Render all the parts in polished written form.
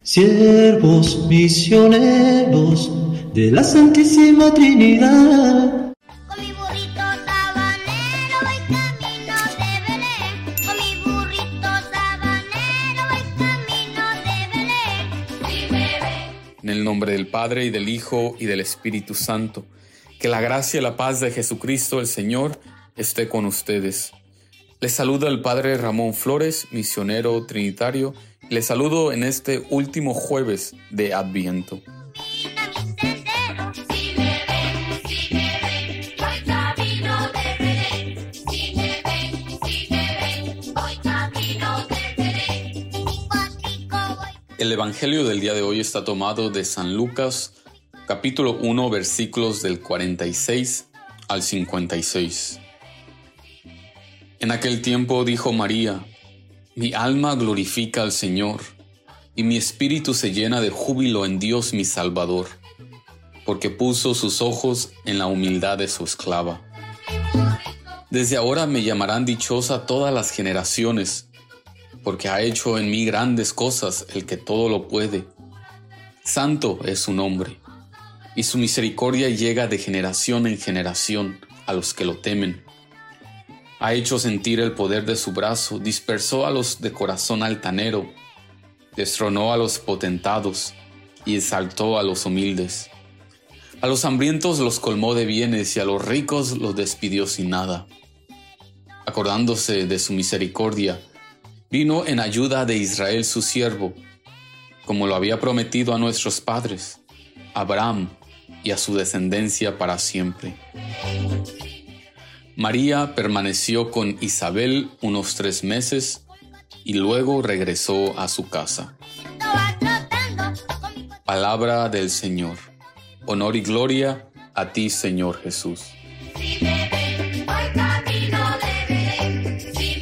Siervos misioneros de la Santísima Trinidad. Con mi burrito sabanero voy camino de Belén. Con mi burrito sabanero voy camino de Belén. Sí, bebé. En el nombre del Padre, y del Hijo, y del Espíritu Santo. Que la gracia y la paz de Jesucristo el Señor esté con ustedes. Les saluda el Padre Ramón Flores, misionero trinitario. Les saludo en este último jueves de Adviento. Mira mi sendero. Sí, bebé, voy camino de Belén. Sí, bebé, voy camino de Belén. Cuatrico voy. El Evangelio del día de hoy está tomado de San Lucas, capítulo 1, versículos del 46 al 56. En aquel tiempo dijo María: Mi alma glorifica al Señor, y mi espíritu se llena de júbilo en Dios mi Salvador, porque puso sus ojos en la humildad de su esclava. Desde ahora me llamarán dichosa todas las generaciones, porque ha hecho en mí grandes cosas el que todo lo puede. Santo es su nombre, y su misericordia llega de generación en generación a los que lo temen. Ha hecho sentir el poder de su brazo, dispersó a los de corazón altanero, destronó a los potentados y exaltó a los humildes. A los hambrientos los colmó de bienes y a los ricos los despidió sin nada. Acordándose de su misericordia, vino en ayuda de Israel su siervo, como lo había prometido a nuestros padres, a Abraham y a su descendencia para siempre. María permaneció con Isabel unos 3 meses y luego regresó a su casa. Palabra del Señor. Honor y gloria a ti, Señor Jesús. Sí, bebé, voy camino de Belén. Sí,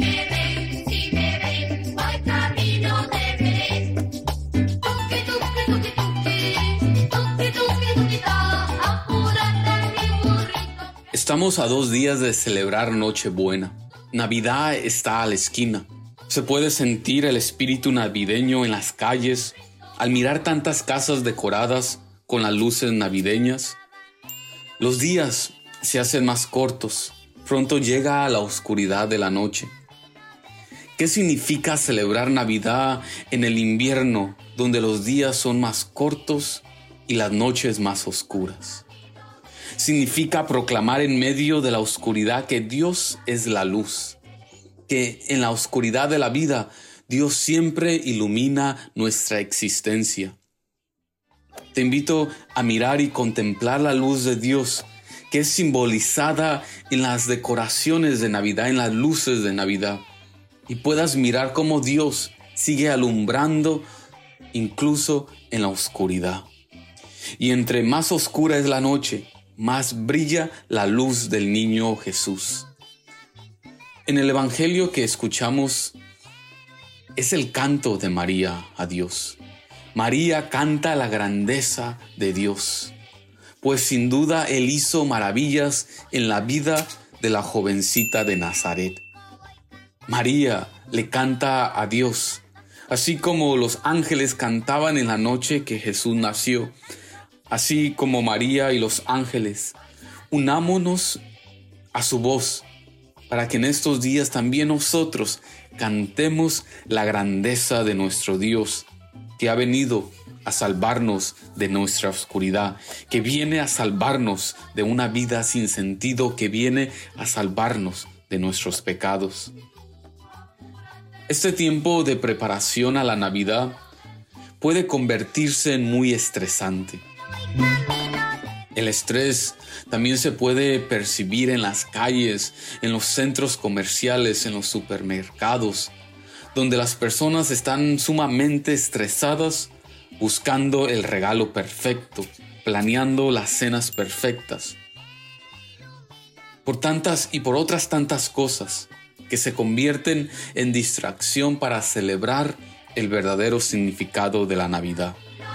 bebé, voy camino de Belén. Tuki, tuki, tuki, tuki, tuki, tuki, tuki, ta, apúrate mi burrito. Estamos a 2 días de celebrar Nochebuena. Navidad está a la esquina. Se puede sentir el espíritu navideño en las calles al mirar tantas casas decoradas con las luces navideñas. Los días se hacen más cortos. Pronto llega la oscuridad de la noche. ¿Qué significa celebrar Navidad en el invierno, donde los días son más cortos y las noches más oscuras? Significa proclamar en medio de la oscuridad que Dios es la luz, que en la oscuridad de la vida Dios siempre ilumina nuestra existencia. Te invito a mirar y contemplar la luz de Dios, que es simbolizada en las decoraciones de Navidad, en las luces de Navidad, y puedas mirar cómo Dios sigue alumbrando incluso en la oscuridad. Y entre más oscura es la noche, más brilla la luz del niño Jesús. En el Evangelio que escuchamos es el canto de María a Dios. María canta la grandeza de Dios, pues sin duda Él hizo maravillas en la vida de la jovencita de Nazaret. María le canta a Dios, así como los ángeles cantaban en la noche que Jesús nació. Así como María y los ángeles, unámonos a su voz, para que en estos días también nosotros cantemos la grandeza de nuestro Dios, que ha venido a salvarnos de nuestra oscuridad, que viene a salvarnos de una vida sin sentido, que viene a salvarnos de nuestros pecados. Este tiempo de preparación a la Navidad puede convertirse en muy estresante. El estrés también se puede percibir en las calles, en los centros comerciales, en los supermercados, donde las personas están sumamente estresadas buscando el regalo perfecto, planeando las cenas perfectas. Por tantas y por otras tantas cosas que se convierten en distracción para celebrar el verdadero significado de la Navidad.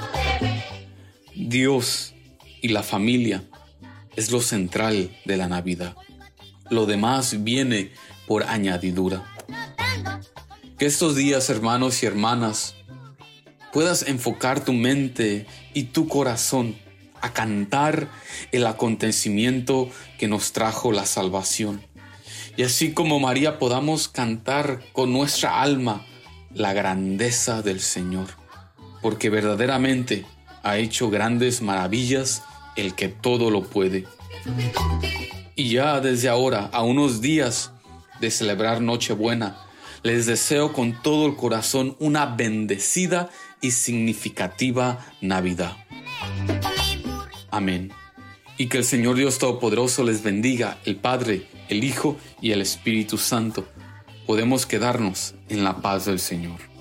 Dios y la familia es lo central de la Navidad. Lo demás viene por añadidura. Que estos días, hermanos y hermanas, puedas enfocar tu mente y tu corazón a cantar el acontecimiento que nos trajo la salvación. Y así como María podamos cantar con nuestra alma la grandeza del Señor, porque verdaderamente ha hecho grandes maravillas el que todo lo puede. Y ya desde ahora, a unos días de celebrar Nochebuena, les deseo con todo el corazón una bendecida y significativa Navidad. Amén. Y que el Señor Dios Todopoderoso les bendiga, el Padre, el Hijo y el Espíritu Santo. Podemos quedarnos en la paz del Señor.